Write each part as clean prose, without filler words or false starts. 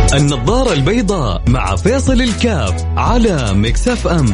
النظارة البيضاء مع فيصل الكاف على ميكس اف ام.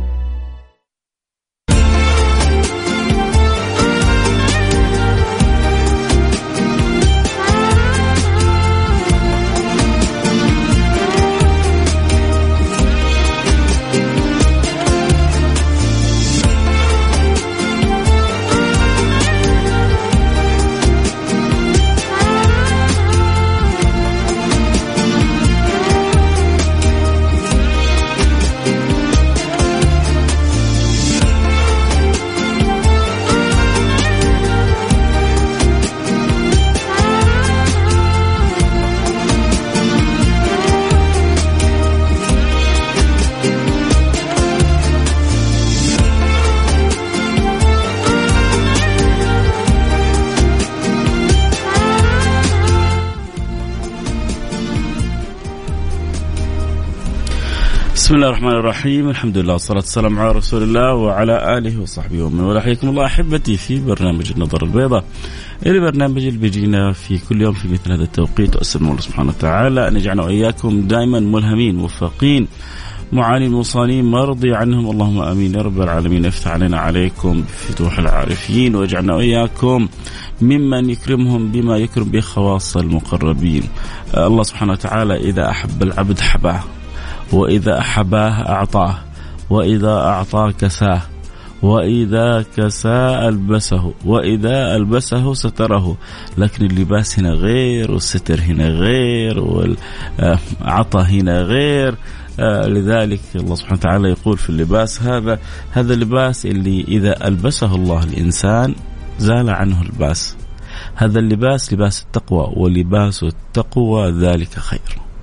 بسم الله الرحمن الرحيم. الحمد لله والصلاة والسلام على رسول الله وعلى آله وصحبه ومن والاه. حياكم الله أحبتي في برنامج النظارة البيضاء، اللي برنامج اللي بيجينا في كل يوم في مثل هذا التوقيت. وأسأل الله سبحانه وتعالى أن يجعلنا وإياكم دائما ملهمين موفقين معانين مصانين مرضي عنهم، اللهم آمين يا رب العالمين. يفتح علينا عليكم بفتوح العارفين، ويجعلنا وإياكم ممن يكرمهم بما يكرم به خواص المقربين. الله سبحانه وتعالى إذا أحب العبد حباه، وإذا أحباه أعطاه، وإذا أعطاه كساه، وإذا كساه ألبسه، وإذا ألبسه ستره. لكن اللباس هنا غير، والستر هنا غير، والعطى هنا غير. لذلك الله سبحانه وتعالى يقول في اللباس هذا اللباس اللي إذا ألبسه الله الإنسان زال عنه الباس. هذا اللباس لباس التقوى، ولباس التقوى ذلك خير.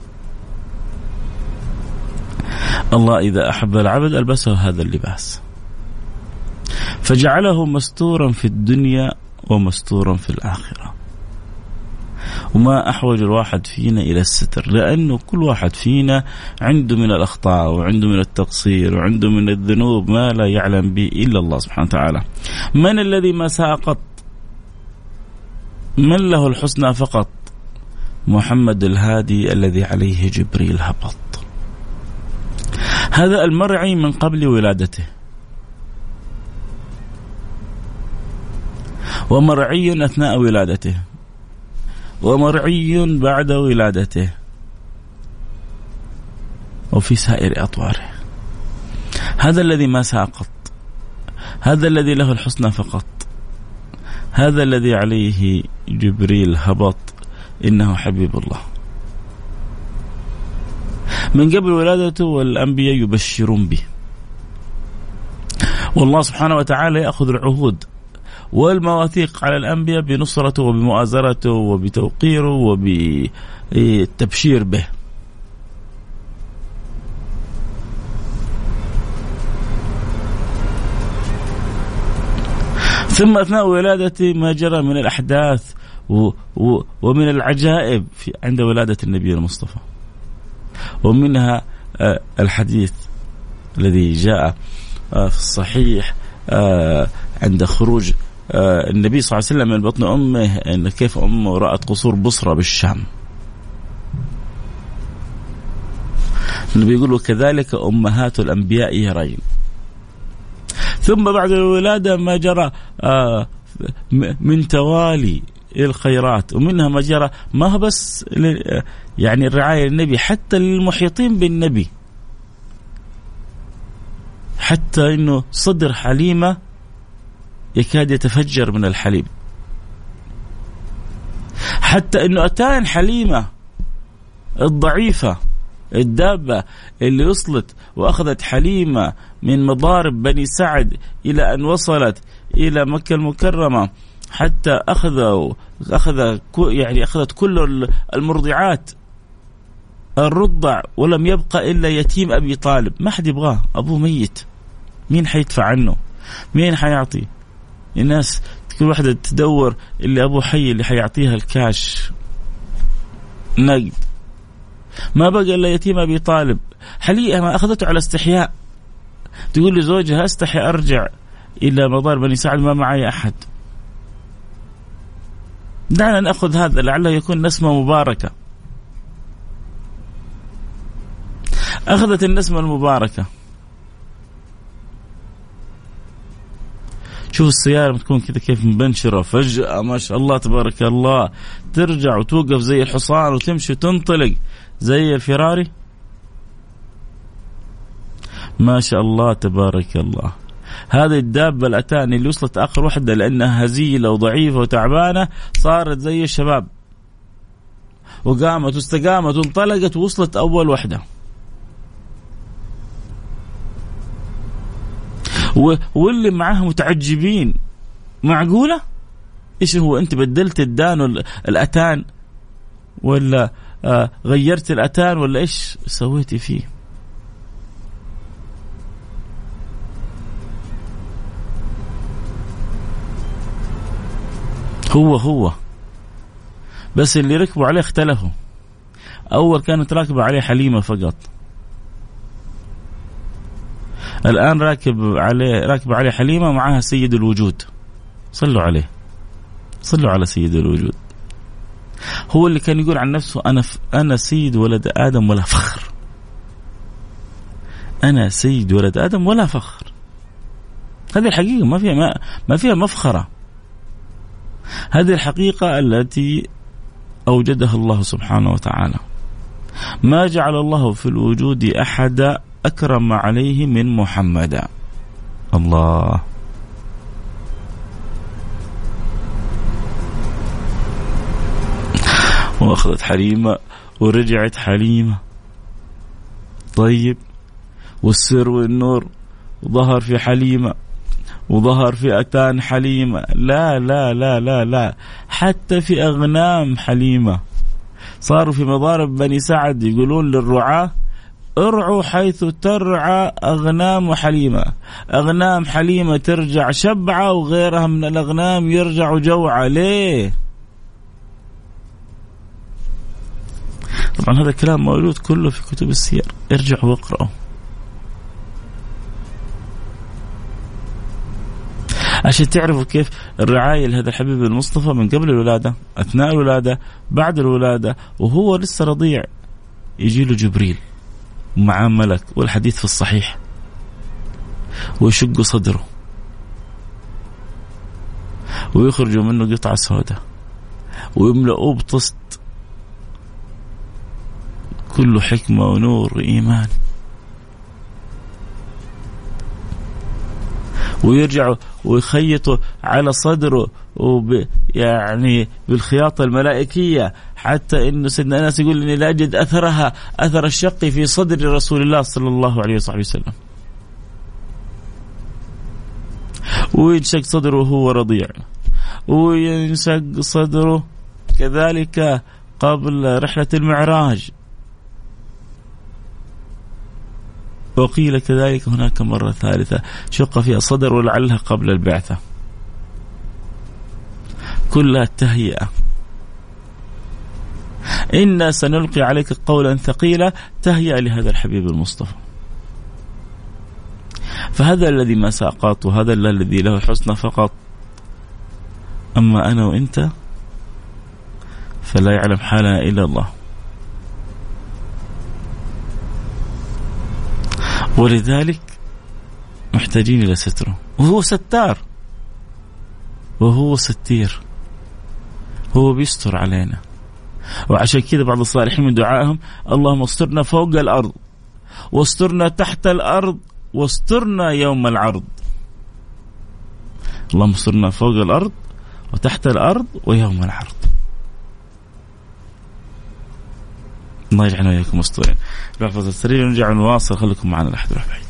الله إذا أحب العبد ألبسه هذا اللباس، فجعله مستورا في الدنيا ومستورا في الآخرة. وما أحوج الواحد فينا إلى الستر، لأنه كل واحد فينا عنده من الأخطاء، وعنده من التقصير، وعنده من الذنوب ما لا يعلم به إلا الله سبحانه وتعالى. من الذي ما ساء قط؟ من له الحسنى فقط؟ محمد الهادي الذي عليه جبريل هبط. هذا المرعي من قبل ولادته، ومرعي أثناء ولادته، ومرعي بعد ولادته، وفي سائر أطواره. هذا الذي ما ساقط، هذا الذي له الحسنى فقط، هذا الذي عليه جبريل هبط، إنه حبيب الله من قبل ولادته، والأنبياء يبشرون به. والله سبحانه وتعالى يأخذ العهود والمواثيق على الأنبياء بنصرته وبمؤازرته وبتوقيره وبالتبشير به. ثم أثناء ولادته ما جرى من الأحداث ومن العجائب عند ولادة النبي المصطفى. ومنها الحديث الذي جاء في الصحيح عند خروج النبي صلى الله عليه وسلم من بطن أمه، أن كيف أمه رأت قصور بصرة بالشام. النبي يقول كذلك أمهات الأنبياء يرين. ثم بعد الولادة ما جرى من توالي الخيرات، ومنها ما جرى ما بس يعني الرعاية للنبي، حتى للمحيطين بالنبي، حتى إنه صدر حليمة يكاد يتفجر من الحليب، حتى إنه أتان حليمة الضعيفة الدابة اللي وصلت وأخذت حليمة من مضارب بني سعد إلى أن وصلت إلى مكة المكرمة، حتى أخذت كل المرضعات الرضع، ولم يبقى إلا يتيم أبي طالب. ما حد يبغاه، أبوه ميت، مين حيدفع عنه؟ مين حيعطي؟ الناس كل واحدة تدور اللي أبوه حي اللي حيعطيها الكاش نقد. ما بقى إلا يتيم أبي طالب. حليئة ما أخذته على استحياء، تقول لزوجها أستحي أرجع إلى مضار بني سعد، ما معي أحد، دعنا نأخذ هذا لعله يكون نسمة مباركة. أخذت النسمة المباركة. شوف السيارة بتكون كذا كيف مبنشرة، فجأة ما شاء الله تبارك الله ترجع وتوقف زي الحصان وتمشي وتنطلق زي الفيراري. ما شاء الله تبارك الله. هذه الدابة الأتان اللي وصلت آخر وحدة لأنها هزيلة وضعيفة وتعبانة صارت زي الشباب، وقامت واستقامت وانطلقت ووصلت أول وحدة. واللي معها متعجبين، معقولة؟ إيش هو أنت بدلت الدان الأتان ولا غيرت الأتان ولا إيش سويتي فيه؟ هو بس اللي ركبوا عليه اختلفوا. أول كانت راكبة عليه حليمة فقط، الآن راكبة عليه حليمة معها سيد الوجود. صلوا عليه، صلوا على سيد الوجود. هو اللي كان يقول عن نفسه أنا سيد ولد آدم ولا فخر. أنا سيد ولد آدم ولا فخر. هذه الحقيقة ما فيها مفخرة. هذه الحقيقة التي أوجدها الله سبحانه وتعالى. ما جعل الله في الوجود أحد أكرم عليه من محمد. الله. وأخذت حليمة ورجعت حليمة. طيب، والسر والنور ظهر في حليمة وظهر في أتان حليمة. لا لا لا لا لا، حتى في أغنام حليمة. صاروا في مضارب بني سعد يقولون للرعاة ارعوا حيث ترعى أغنام حليمة. أغنام حليمة ترجع شبعة وغيرها من الأغنام يرجع جوعة. ليه؟ طبعا هذا الكلام موجود كله في كتب السير، ارجعوا واقرأوا عشان تعرفوا كيف الرعاية لهذا الحبيب المصطفى من قبل الولادة، أثناء الولادة، بعد الولادة، وهو لسه رضيع يجي له جبريل ومعاه ملك، والحديث في الصحيح، ويشق صدره ويخرجوا منه قطعة سوداء ويملؤوه بطست كله حكمة ونور وإيمان، ويرجعوا ويخيطوا على صدره يعني بالخياطة الملائكية، حتى إنه سيدنا أنس يقول إني لا أجد أثر الشق في صدر رسول الله صلى الله عليه وسلم. وينشق صدره وهو رضيع، وينشق صدره كذلك قبل رحلة المعراج، وقيل كذلك هناك مرة ثالثة شق فيها صدر ولعلها قبل البعثة. كلها التهيئة. إنا سنلقي عليك قولا ثقيلا، تهيئة لهذا الحبيب المصطفى. فهذا الذي ما ساقط، وهذا الذي له الحسنى فقط. أما أنا وإنت فلا يعلم حالنا إلا الله. ولذلك محتاجين إلى ستره، وهو ستار وهو ستير، هو بيستر علينا. وعشان كذا بعض الصالحين من دعائهم اللهم استرنا فوق الأرض واسترنا تحت الأرض واسترنا يوم العرض. اللهم استرنا فوق الأرض وتحت الأرض ويوم العرض. الله يجعلنا وإياكم مستورين. لحظة السرير ونرجع ونواصل، خليكم معنا لحد روح بعيد.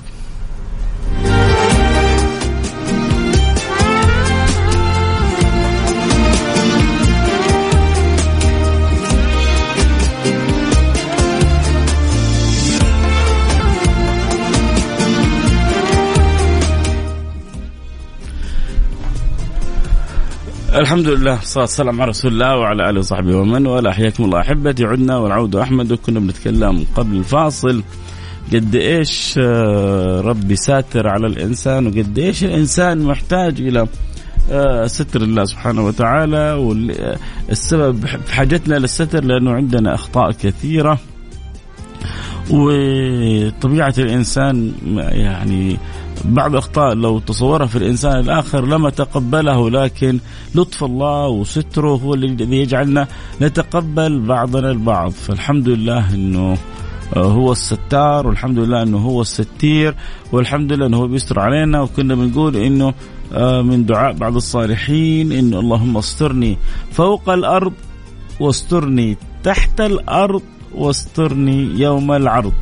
الحمد لله، صلاة والسلام على رسول الله وعلى آله وصحبه ومن والاه. حياكم الله أحبتي. عدنا والعود أحمد. وكنا بنتكلم قبل الفاصل قد إيش ربي ساتر على الإنسان، وقد إيش الإنسان محتاج إلى ستر الله سبحانه وتعالى، والسبب في حاجتنا للستر لأنه عندنا أخطاء كثيرة، وطبيعة الإنسان يعني بعض أخطاء لو تصورها في الإنسان الآخر لما تقبله، لكن لطف الله وستره هو الذي يجعلنا نتقبل بعضنا البعض. فالحمد لله أنه هو الستار، والحمد لله أنه هو الستير، والحمد لله أنه هو بيستر علينا. وكنا بنقول أنه من دعاء بعض الصالحين إنه اللهم استرني فوق الأرض واسترني تحت الأرض واسترني يوم العرض.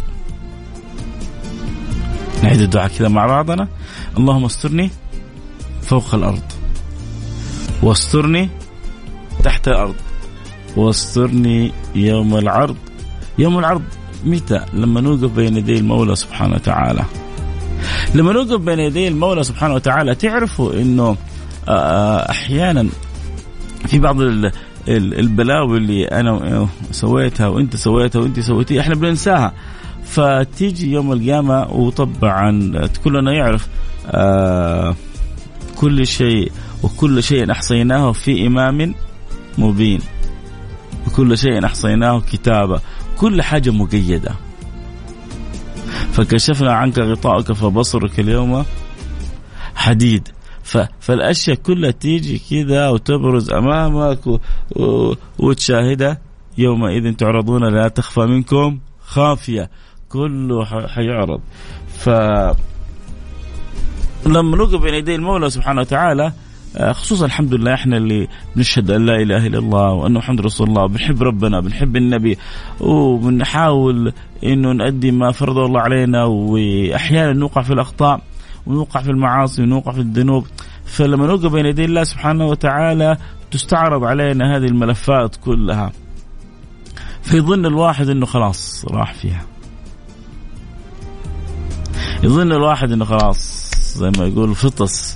نعيد الدعاء كذا مع بعضنا: اللهم استرني فوق الأرض واسترني تحت الأرض واسترني يوم العرض. يوم العرض متى؟ لما نوقف بين يدي المولى سبحانه وتعالى. لما نوقف بين يدي المولى سبحانه وتعالى تعرفوا إنه أحيانا في بعض البلاوي اللي أنا سويتها وإنت سويتها وإنت سويتها إحنا بننساها، فتيجي يوم القيامة وطبعا كلنا يعرف كل شيء وكل شيء أحصيناه في إمام مبين، وكل شيء أحصيناه كتابة، كل حاجة مقيدة. فكشفنا عنك غطاءك فبصرك اليوم حديد. فالأشياء كلها تيجي كذا وتبرز أمامك وتشاهدها. يومئذ تعرضون لا تخفى منكم خافية، كله حيعرض. فلما نوقف بين يدي المولى سبحانه وتعالى، خصوصا الحمد لله احنا اللي بنشهد ان لا اله الا الله وانه محمد رسول الله، بنحب ربنا بنحب النبي وبنحاول انه نؤدي ما فرضه الله علينا، واحيانا نوقع في الاخطاء ونوقع في المعاصي ونوقع في الذنوب. فلما نوقف بين يدي الله سبحانه وتعالى تستعرض علينا هذه الملفات كلها، فيظن الواحد انه خلاص راح فيها، يظن الواحد انه خلاص زي ما يقول فطس.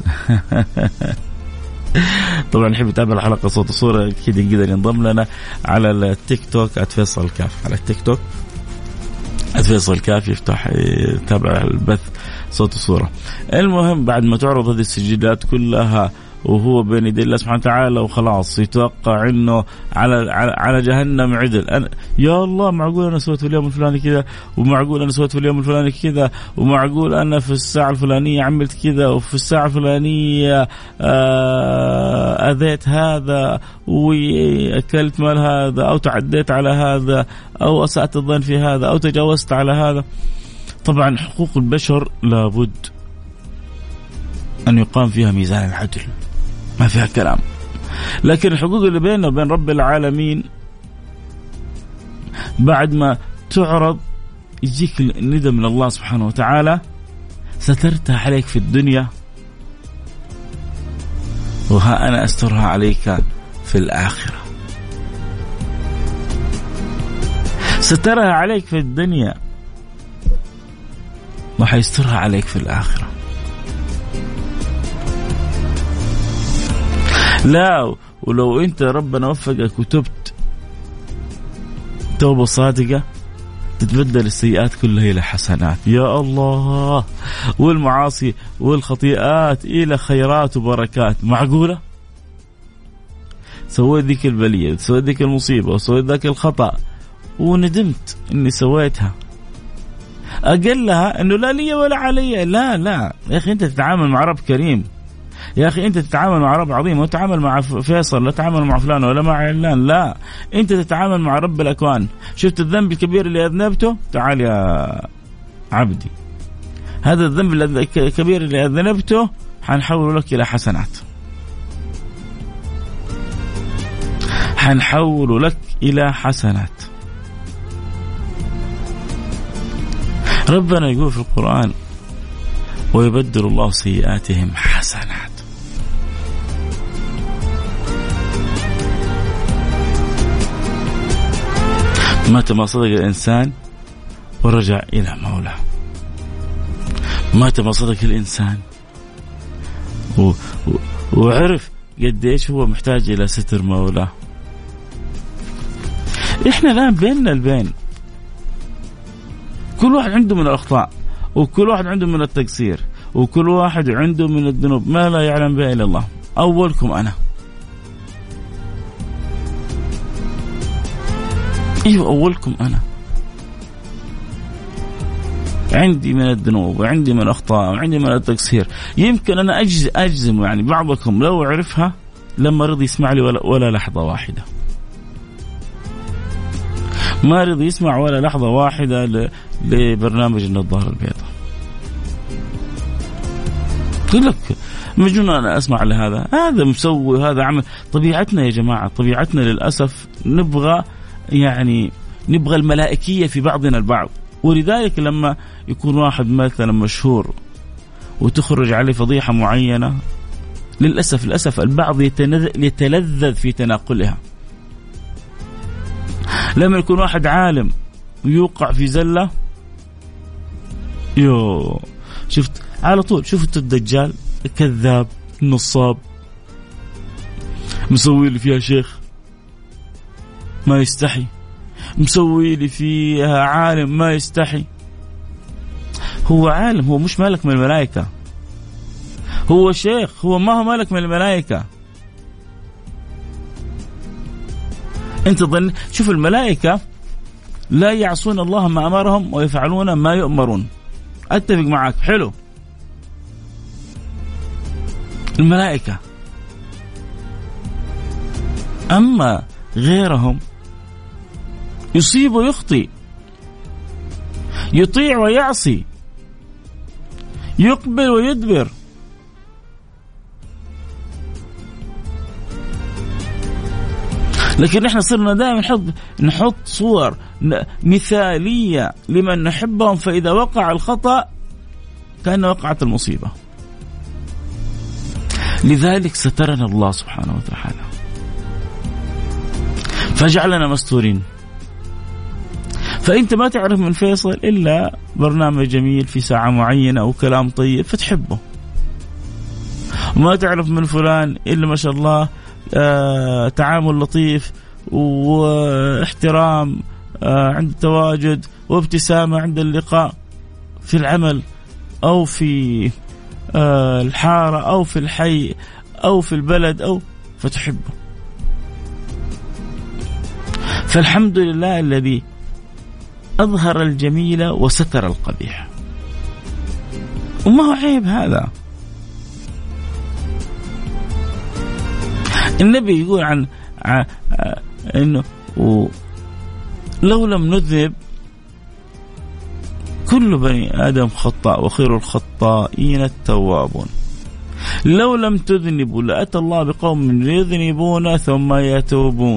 طبعا نحب نتابع الحلقة صوت وصورة، أكيد يقدر ينضم لنا على التيك توك @فيصل كاف، على التيك توك @فيصل كاف، يفتح يتابع البث صوت وصورة. المهم بعد ما تعرض هذه السجلات كلها وهو بين يدي الله سبحانه وتعالى وخلاص يتوقع انه على جهنم عدل. يا الله معقول انا سويت في اليوم الفلاني كذا، ومعقول انا سويت في اليوم الفلاني كذا، ومعقول انا في الساعه الفلانيه عملت كذا، وفي الساعه الفلانيه اذيت هذا واكلت مال هذا، او تعديت على هذا، او اسأت الظن في هذا، او تجاوزت على هذا. طبعا حقوق البشر لابد أن يقام فيها ميزان العدل، ما فيها كلام. لكن الحقوق اللي بيننا وبين رب العالمين بعد ما تعرض يجيك الندى من الله سبحانه وتعالى: سترتها عليك في الدنيا وها أنا أسترها عليك في الآخرة. سترها عليك في الدنيا وحيسترها عليك في الآخرة. لا، ولو أنت ربنا وفقك وتبت توبة صادقة تتبدل السيئات كلها إلى حسنات، يا الله، والمعاصي والخطيئات إلى خيرات وبركات. معقولة؟ سويت ذيك البلية، سويت ذيك المصيبة، وسويت ذاك الخطأ وندمت إني سويتها، أقلها إنه لا لي ولا علي. لا لا يا أخي، أنت تتعامل مع رب كريم، يا أخي أنت تتعامل مع رب عظيم، وتتعامل مع فيصل، لا تتعامل مع فلان ولا مع علان، لا، أنت تتعامل مع رب الأكوان. شفت الذنب الكبير اللي أذنبته؟ تعال يا عبدي، هذا الذنب الكبير اللي أذنبته حنحوله لك إلى حسنات، حنحوله لك إلى حسنات. ربنا يقول في القرآن: ويبدل الله سيئاتهم حسنات. متى ما صدق الإنسان ورجع إلى مولاه، متى ما صدق الإنسان وعرف قديش هو محتاج إلى ستر مولاه. إحنا الآن بيننا البين، كل واحد عنده من الأخطاء، وكل واحد عنده من التقصير، وكل واحد عنده من الذنوب ما لا يعلم به إلا الله. أولكم أنا، أيوة أولكم أنا. عندي من الذنوب وعندي من الأخطاء وعندي من التقصير، يمكن أنا أجزم يعني بعضكم لو عرفها لما رضي يسمع لي ولا لحظة واحدة، ما رضي يسمع ولا لحظة واحدة لبرنامج النظارة البيضاء. يقول لك مجنون أنا أسمع لهذا، هذا مسوي، هذا عمل. طبيعتنا يا جماعة، طبيعتنا للأسف نبغى الملائكية في بعضنا البعض. ولذلك لما يكون واحد مثلا مشهور وتخرج عليه فضيحة معينة، للأسف البعض يتلذذ في تناقلها. لما يكون واحد عالم ويوقع في زلة، شفت على طول، شفت الدجال كذاب نصاب مسوي لي فيها شيخ ما يستحي، مسوي لي فيها عالم ما يستحي. هو عالم، هو مش ملك من الملائكة، هو شيخ، هو ما هو ملك من الملائكة. انت ظن، شوف الملائكة لا يعصون الله ما أمرهم ويفعلون ما يؤمرون. أتفق معك، حلو. الملائكة. أما غيرهم يصيب ويخطئ، يطيع ويعصي، يقبل ويدبر. لكن احنا صرنا دائما نحط صور مثالية لمن نحبهم، فإذا وقع الخطأ كأن وقعت المصيبة. لذلك سترنا الله سبحانه وتعالى فجعلنا مستورين. فأنت ما تعرف من فيصل إلا برنامج جميل في ساعة معينة أو كلام طيب فتحبه، وما تعرف من فلان إلا ما شاء الله تعامل لطيف واحترام عند التواجد وابتسامة عند اللقاء في العمل أو في الحارة أو في الحي أو في البلد أو فتحبه. فالحمد لله الذي أظهر الجميل وستر القبيح، وما هو عيب هذا. النبي يقول عن إنه لو لم نذنب كل بني آدم خطاء وخير الخطائين التوابون. لو لم تذنبوا لأتى الله بقوم يذنبون ثم يتوبون.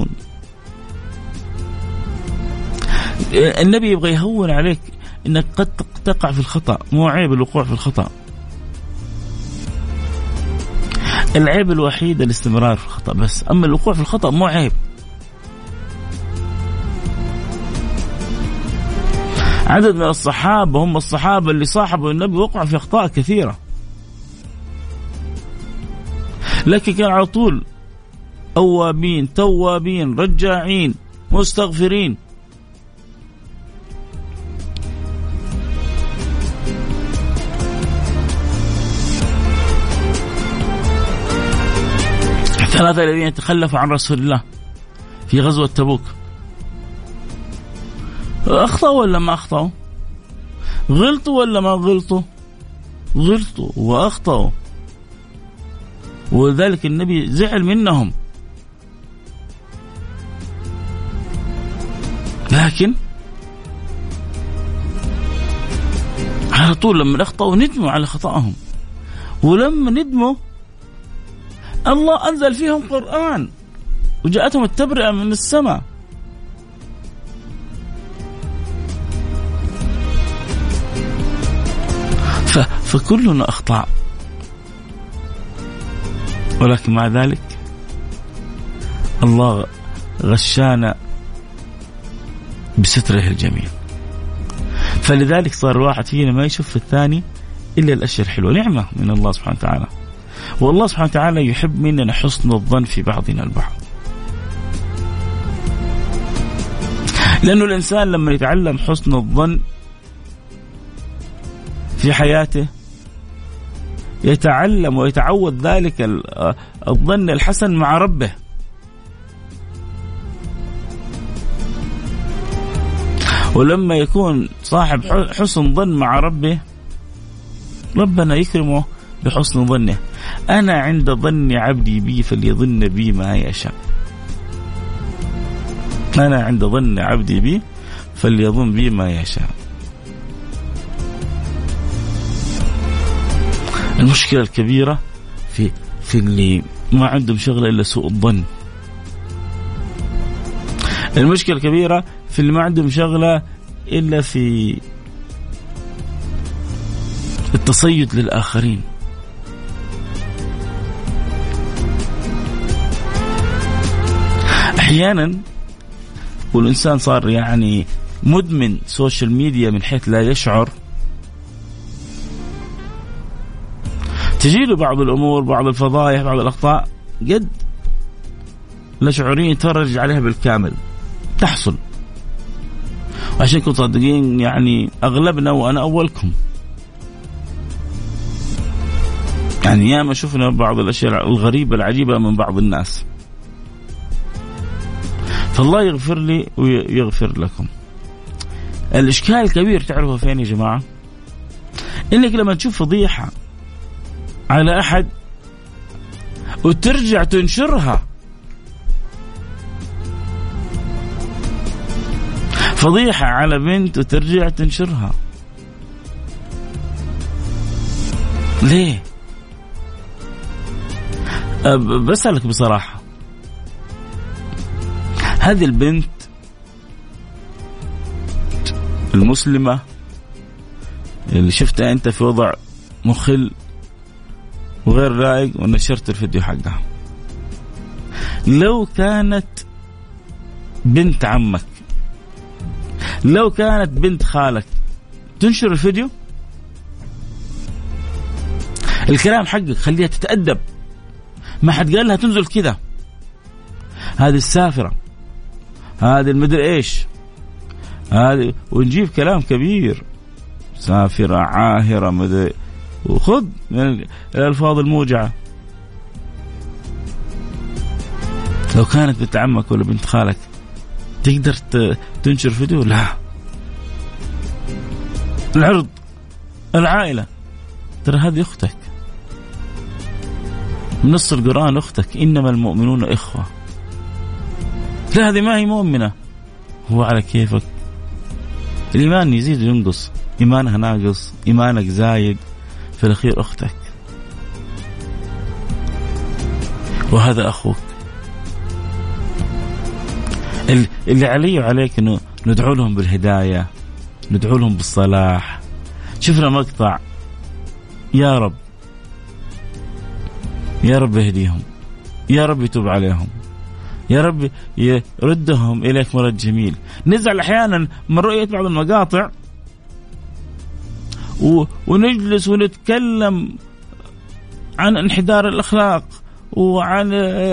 النبي يبغى يهون عليك إنك قد تقع في الخطأ، مو عيب الوقوع في الخطأ. العيب الوحيد الاستمرار في الخطأ بس، أما الوقوع في الخطأ مو عيب. عدد من الصحابة هم الصحابة اللي صاحبوا النبي وقعوا في أخطاء كثيرة، لكن كان على طول أوابين توابين رجاعين مستغفرين. الثلاثة الذين تخلفوا عن رسول الله في غزوة تبوك أخطأوا ولا ما أخطأوا؟ غلطوا ولا ما غلطوا؟ غلطوا وأخطأوا، وذلك النبي زعل منهم. لكن على طول لما أخطأوا ندموا على خطأهم، ولما ندموا الله أنزل فيهم قرآن وجاءتهم التبرئة من السماء. فكلنا أخطاء، ولكن مع ذلك الله غشانا بستره الجميل. فلذلك صار الواحد فينا ما يشوف في الثاني إلا الأشياء الحلوة، نعمة من الله سبحانه وتعالى. والله سبحانه وتعالى يحب مننا حسن الظن في بعضنا البعض، لأنه الإنسان لما يتعلم حسن الظن في حياته يتعلم ويتعود ذلك الظن الحسن مع ربه. ولما يكون صاحب حسن ظن مع ربه ربنا يكرمه بحسن ظنه. أنا عند ظن عبدي بي فليظن بي ما يشاء. أنا عند ظن عبدي بي فليظن بي ما يشاء. المشكلة الكبيرة في اللي ما عندهم شغلة إلا سوء الظن. المشكلة الكبيرة في اللي ما عندهم شغلة إلا في التصيد للآخرين. أحيانا والإنسان صار يعني مدمن سوشيال ميديا من حيث لا يشعر، تجيله بعض الأمور، بعض الفضايح، بعض الأخطاء قد لا شعوريا يتفرج عليها بالكامل تحصل. وعشان كنتم صادقين يعني أغلبنا وأنا أولكم يعني ياما شفنا بعض الأشياء الغريبة العجيبة من بعض الناس. فالله يغفر لي ويغفر لكم. الإشكال الكبير تعرفوا فين يا جماعة؟ إنك لما تشوف فضيحة على أحد وترجع تنشرها، فضيحة على بنت وترجع تنشرها، ليه؟ بسألك بصراحة، هذه البنت المسلمة اللي شفتها أنت في وضع مخل وغير لائق ونشرت الفيديو حقها، لو كانت بنت عمك، لو كانت بنت خالك، تنشر الفيديو؟ الكلام حقك خليها تتأدب، ما حد قال لها تنزل كذا، هذه السافرة، هذه المدري ايش، هذه، ونجيب كلام كبير، سافرة، عاهرة، مدري، وخذ من الألفاظ الموجعة. لو كانت بنت عمك ولا بنت خالك تقدر تنشر فيديو؟ لا. العرض، العائلة، ترى هذه أختك، من نص القرآن أختك، إنما المؤمنون إخوة. لا، هذه ما هي مؤمنة، هو على كيفك. الإيمان يزيد وينقص، إيمانها ناقص، إيمانك زايد، في الأخير أختك وهذا أخوك. اللي علي وعليك إنه ندعو لهم بالهداية، ندعو لهم بالصلاح. شفنا مقطع، يا رب يا رب يهديهم، يا رب يتوب عليهم، يا رب يردهم إليك مرد جميل. نزعل أحيانا من رؤية بعض المقاطع ونجلس ونتكلم عن انحدار الأخلاق وعن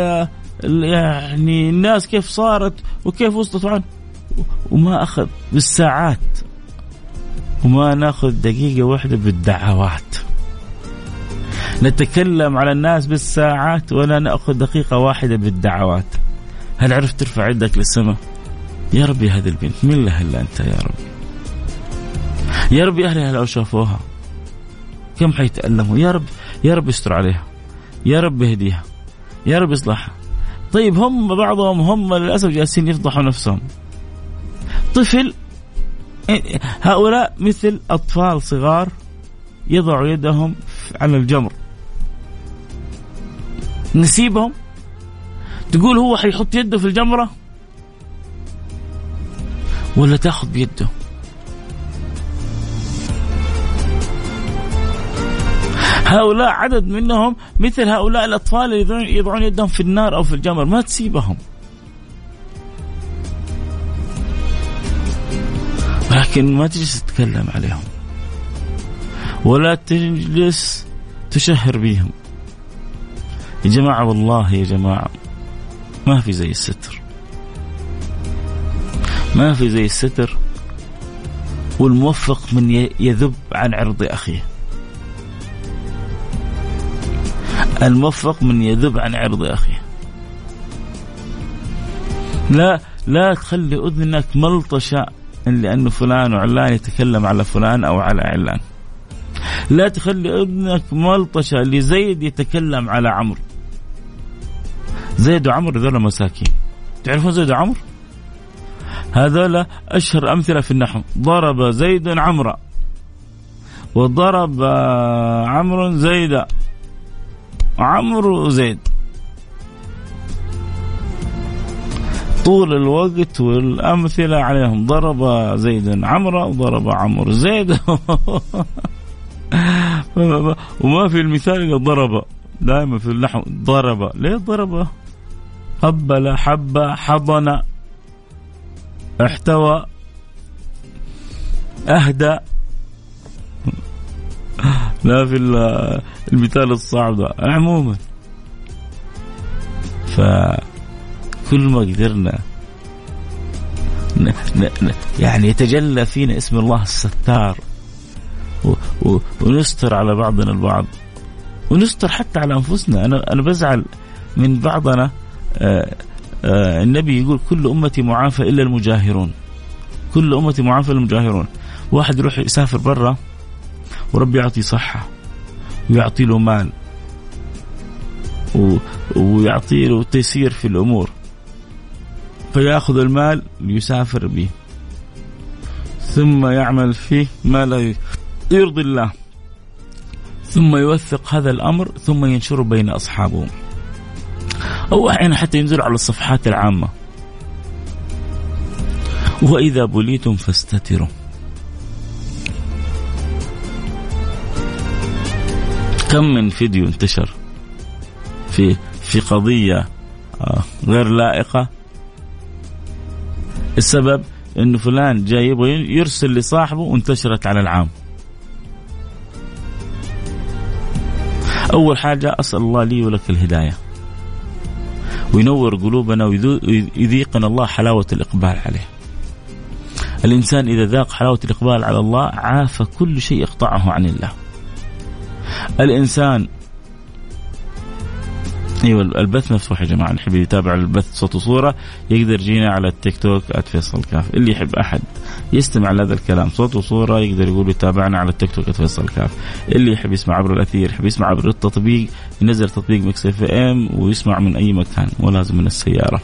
يعني الناس كيف صارت وكيف وصلت عنه، وما أخذ بالساعات، وما نأخذ دقيقة واحدة بالدعوات. نتكلم على الناس بالساعات ولا نأخذ دقيقة واحدة بالدعوات. هل عرفت ترفع يدك للسماء؟ يا ربي هذه البنت من لها إلا أنت يا رب، يا رب أهلها لو شافوها كم حيتألموا، يا رب يا رب يستر عليها، يا رب يهديها، يا رب يصلحها. طيب هم بعضهم هم للأسف جالسين يفضحوا نفسهم. طفل، هؤلاء مثل أطفال صغار يضعوا يدهم على الجمر، نسيبهم؟ تقول هو حيحط يده في الجمرة ولا تأخذ بيده؟ هؤلاء عدد منهم مثل هؤلاء الأطفال اللي يضعون يدهم في النار أو في الجمر، ما تسيبهم. لكن ما تجلس تتكلم عليهم ولا تجلس تشهر بيهم. يا جماعة والله يا جماعة ما في زي الستر، ما في زي الستر. والموفق من يذب عن عرض أخيه، الموفق من يذب عن عرض أخيه. لا تخلي أذنك ملطشة لأنه فلان وعلان يتكلم على فلان أو على علان. لا تخلي ابنك ملطشة لزيد يتكلم على عمرو. زيد وعمرو ذولا مساكين. تعرفون زيد وعمرو؟ هذولا أشهر أمثلة في النحو. ضرب زيد عمرو وضرب عمرو زيد، عمرو زيد طول الوقت والأمثلة عليهم. ضرب زيد عمرو وضرب عمرو زيد وما في المثال ضرب. دائما في النحو ضرب. ليه ضرب؟ قبل، حب، حضن، احتوى، أهدى. لا في المثال الصعب ده. عموما فكل ما قدرنا يعني يتجلى فينا اسم الله الستار ونستر على بعضنا البعض ونستر حتى على أنفسنا. أنا بزعل من بعضنا. النبي يقول كل أمتي معافى إلا المجاهرون. كل أمتي معافى إلا المجاهرون. واحد يروح يسافر برا وربي يعطي صحة ويعطي له مال ويعطي له تيسير في الأمور، فيأخذ المال ليسافر به ثم يعمل فيه ما لا يرضي الله، ثم يوثق هذا الأمر ثم ينشره بين أصحابه، أو أحيانا حتى ينزل على الصفحات العامة. وإذا بليتم فاستتروا. كم من فيديو انتشر في قضية غير لائقة، السبب إنه فلان جاي يبغى يرسل لصاحبه وانتشرت على العام. أول حاجة أسأل الله لي ولك الهداية وينور قلوبنا ويذيقنا الله حلاوة الإقبال عليه. الإنسان إذا ذاق حلاوة الإقبال على الله عاف كل شيء يقطعه عن الله. الإنسان أيوة البث مفتوح يا جماعة. اللي يحب يتابع البث صوت وصورة يقدر يجينا على التيك توك @فيصل كاف. اللي يحب أحد يستمع لهذا الكلام صوت وصورة يقدر يقول يتابعنا على التيك توك @فيصل كاف. اللي يحب يسمع عبر الأثير يحب يسمع عبر التطبيق ينزل تطبيق ميكس اف ام ويسمع من أي مكان ولازم من السيارة.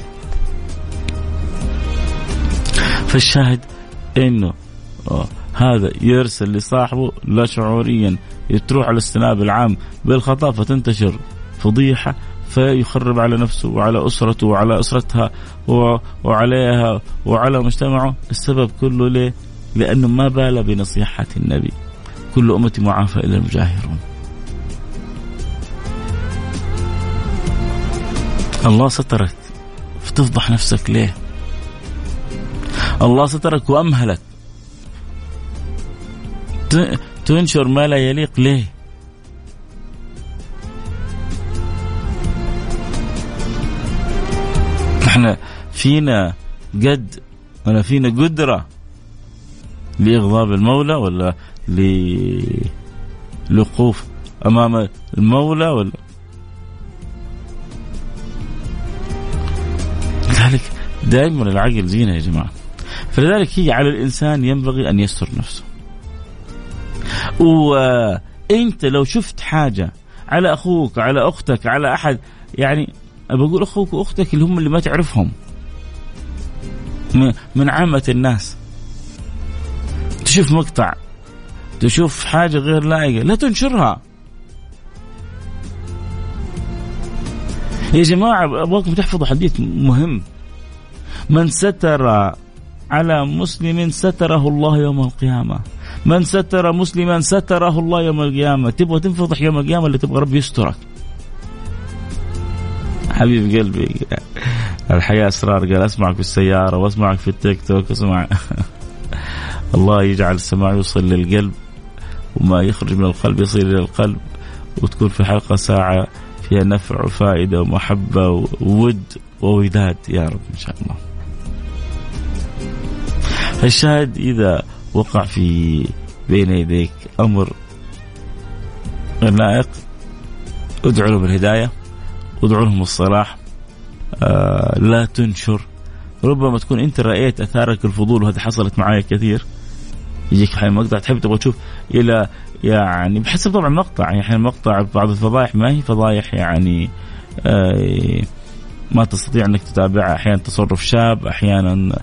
فالشاهد إنه هذا يرسل لصاحبه لا شعوريا تروح على الاستناب العام بالخطأ فتنتشر فضيحة فيخرب على نفسه وعلى أسرته وعلى أسرتها وعليها وعلى مجتمعه. السبب كله ليه؟ لأنه ما بال بنصيحة النبي كل أمتي معافى إلا المجاهرون. الله سترك فتفضح نفسك ليه؟ الله سترك وأمهلك تنشر ما لا يليق ليه؟ احنا فينا قد ولا فينا قدرة لإغضاب المولى ولا للوقوف أمام المولى ولا ذلك؟ دائما العقل زينة يا جماعة. فلذلك هي على الإنسان ينبغي أن يستر نفسه. وإنت لو شفت حاجة على أخوك على أختك على أحد، يعني بقول أخوك وأختك اللي هم اللي ما تعرفهم من عامة الناس، تشوف مقطع تشوف حاجة غير لائقة لا تنشرها يا جماعة. أبغاكم تحفظوا حديث مهم: من ستر على مسلم ستره الله يوم القيامة، من ستر مسلما ستره الله يوم القيامة. تبغى تنفضح يوم القيامة اللي تبغى ربي يسترك حبيب قلبي. الحياة أسرار. قال أسمعك في السيارة وأسمعك في التيك توك وأسمع الله يجعل السماع يوصل للقلب وما يخرج من القلب يصل إلى القلب، وتكون في حلقة ساعة فيها نفع وفائدة ومحبة وود ووداد يا رب إن شاء الله. الشاهد إذا وقع في بين يديك أمر غير لائق ادعو له بالهداية وادعو لهم الصلاح. لا تنشر ربما تكون أنت رأيت أثارك الفضول، وهذا حصلت معايا كثير. يجيك حين مقطع تحب تبغى تشوف إلى يعني بحسب طبعا مقطع، يعني حين مقطع بعض الفضائح ما هي فضائح يعني ما تستطيع أنك تتابعها، أحيانا تصرف شاب، أحيانا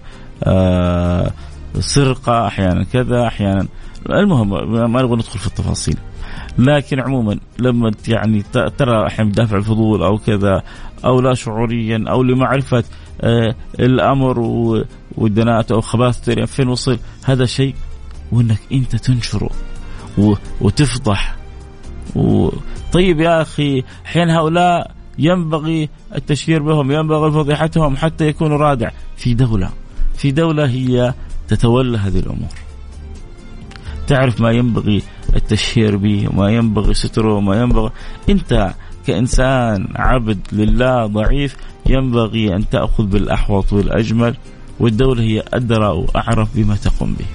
سرقة، أحيانا كذا، أحيانا المهم ما نبغى ندخل في التفاصيل. لكن عموما لما يعني ترى أحيانا دافع الفضول أو كذا، أو لا شعوريا أو لمعرفة الأمر ودناته أو خباثته فين وصل، هذا شيء، وإنك أنت تنشره وتفضح. طيب يا أخي أحيانا هؤلاء ينبغي التشهير بهم، ينبغي فضيحتهم حتى يكونوا رادع في دولة هي تتولى هذه الأمور، تعرف ما ينبغي التشهير به وما ينبغي ستره وما ينبغي. أنت كإنسان عبد لله ضعيف ينبغي أن تأخذ بالأحوط والأجمل، والدولة هي أدرى وأعرف بما تقوم به.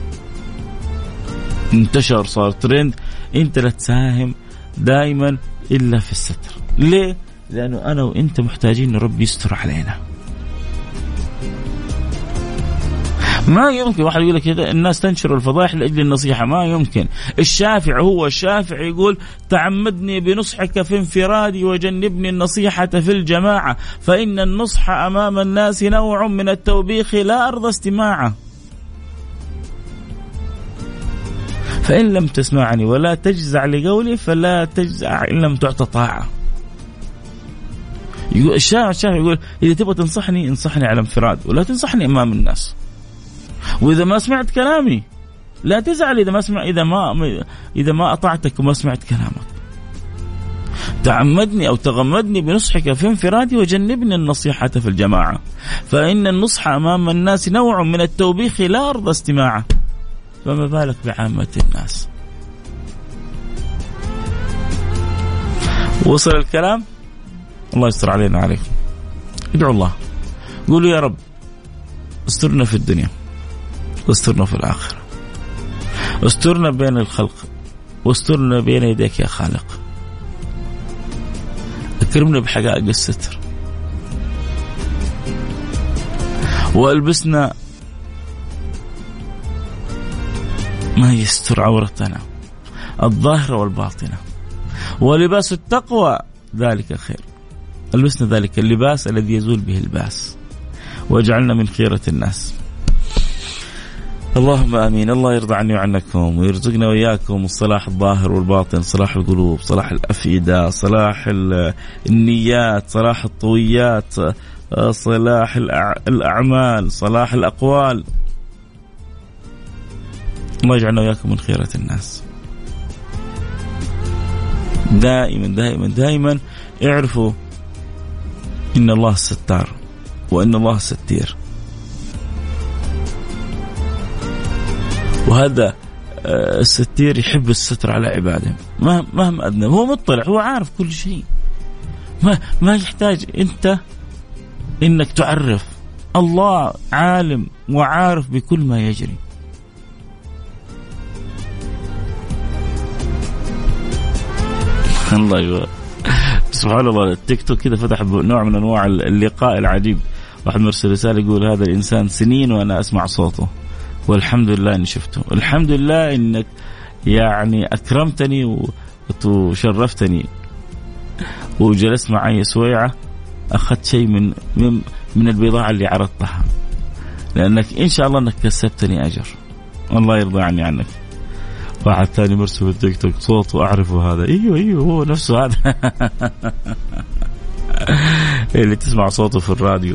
انتشر صار ترند، أنت لا تساهم دائما إلا في الستر. ليه؟ لأنه أنا وإنت محتاجين ربي يستر علينا. ما يمكن واحد يقول لك كذا الناس تنشر الفضائح لأجل النصيحة، ما يمكن. الشافعي يقول تعمدني بنصحك في انفرادي وجنبني النصيحة في الجماعة، فإن النصح أمام الناس نوع من التوبيخ لا أرضى استماعه، فإن لم تسمعني ولا تجزع لقولي فلا تجزع إن لم تعطى طاعة. يقول الشافعي يقول إذا تبغى تنصحني انصحني على انفراد، ولا تنصحني أمام الناس. وإذا ما سمعت كلامي لا تزعل إذا ما أطعتك وما سمعت كلامك. تعمدني أو تغمدني بنصحك في انفرادي وجنبني النصيحة في الجماعة، فإن النصح أمام الناس نوع من التوبيخ لا أرضى استماعه، فما بالك بعامة الناس. وصل الكلام؟ الله يستر علينا عليكم. ادعوا الله، قولوا يا رب استرنا في الدنيا واسترنا في الآخرة، استرنا بين الخلق واسترنا بين يديك يا خالق، اكرمنا بحقائق الستر، والبسنا ما يستر عورتنا الظاهرة والباطنة، ولباس التقوى ذلك خير. البسنا ذلك اللباس الذي يزول به الباس، واجعلنا من خيرة الناس. اللهم آمين. الله يرضى عني وعنكم ويرزقنا وإياكم الصلاح الظاهر والباطن، صلاح القلوب، صلاح الأفئدة، صلاح النيات، صلاح الطويات، صلاح الأعمال، صلاح الأقوال. الله يجعلنا وإياكم من خيرة الناس. دائما دائما دائما اعرفوا إن الله ستار وإن الله ستير، وهذا الستير يحب الستر على عباده مهما أذنب. هو مطلع، هو عارف كل شيء، ما يحتاج أنت إنك تعرف. الله عالم وعارف بكل ما يجري. الله سبحان الله. التيك توك كذا فتح نوع من أنواع اللقاء العجيب. واحد مرسل رسالة يقول هذا الإنسان سنين وأنا أسمع صوته، والحمد لله إني شفته. الحمد لله إنك يعني أكرمتني وشرفتني وجلست معي سويعة، أخذت شيء من البضاعة اللي عرضتها، لأنك إن شاء الله أنك كسبتني أجر. الله يرضى عني عنك. واحد ثاني مرسل في التيك توك صوته أعرفه، هذا أيوه هو نفسه هذا اللي تسمع صوته في الراديو.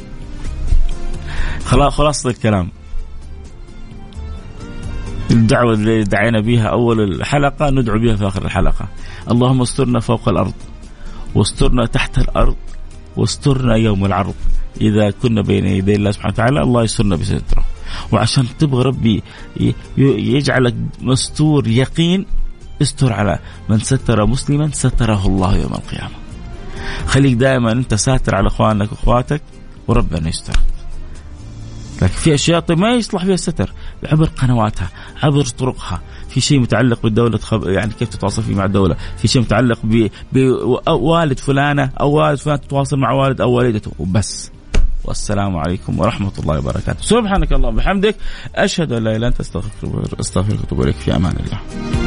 خلاص الكلام. الدعوة اللي دعينا بها أول الحلقة ندعو بها في آخر الحلقة. اللهم استرنا فوق الأرض، واسترنا تحت الأرض، واسترنا يوم العرض. إذا كنا بين يدي الله سبحانه وتعالى الله يسترنا بستره. وعشان تبغى ربي يجعلك مستور يقين، استر على من ستر مسلما ستره الله يوم القيامة. خليك دائما أنت ساتر على أخوانك وأخواتك وربنا يسترك. لكن في أشياء طيب ما يصلح فيها الستر، عبر قنواتها، عبر طرقها. في شيء متعلق بالدولة يعني كيف تتواصل فيه مع الدولة، في شيء متعلق بوالد فلانة أو والد فلان تتواصل مع والد أو والدته وبس. والسلام عليكم ورحمة الله وبركاته. سبحانك اللهم وبحمدك، أشهد أن لا إله إلا أنت، أستغفرك وأتوب إليك. في أمان الله.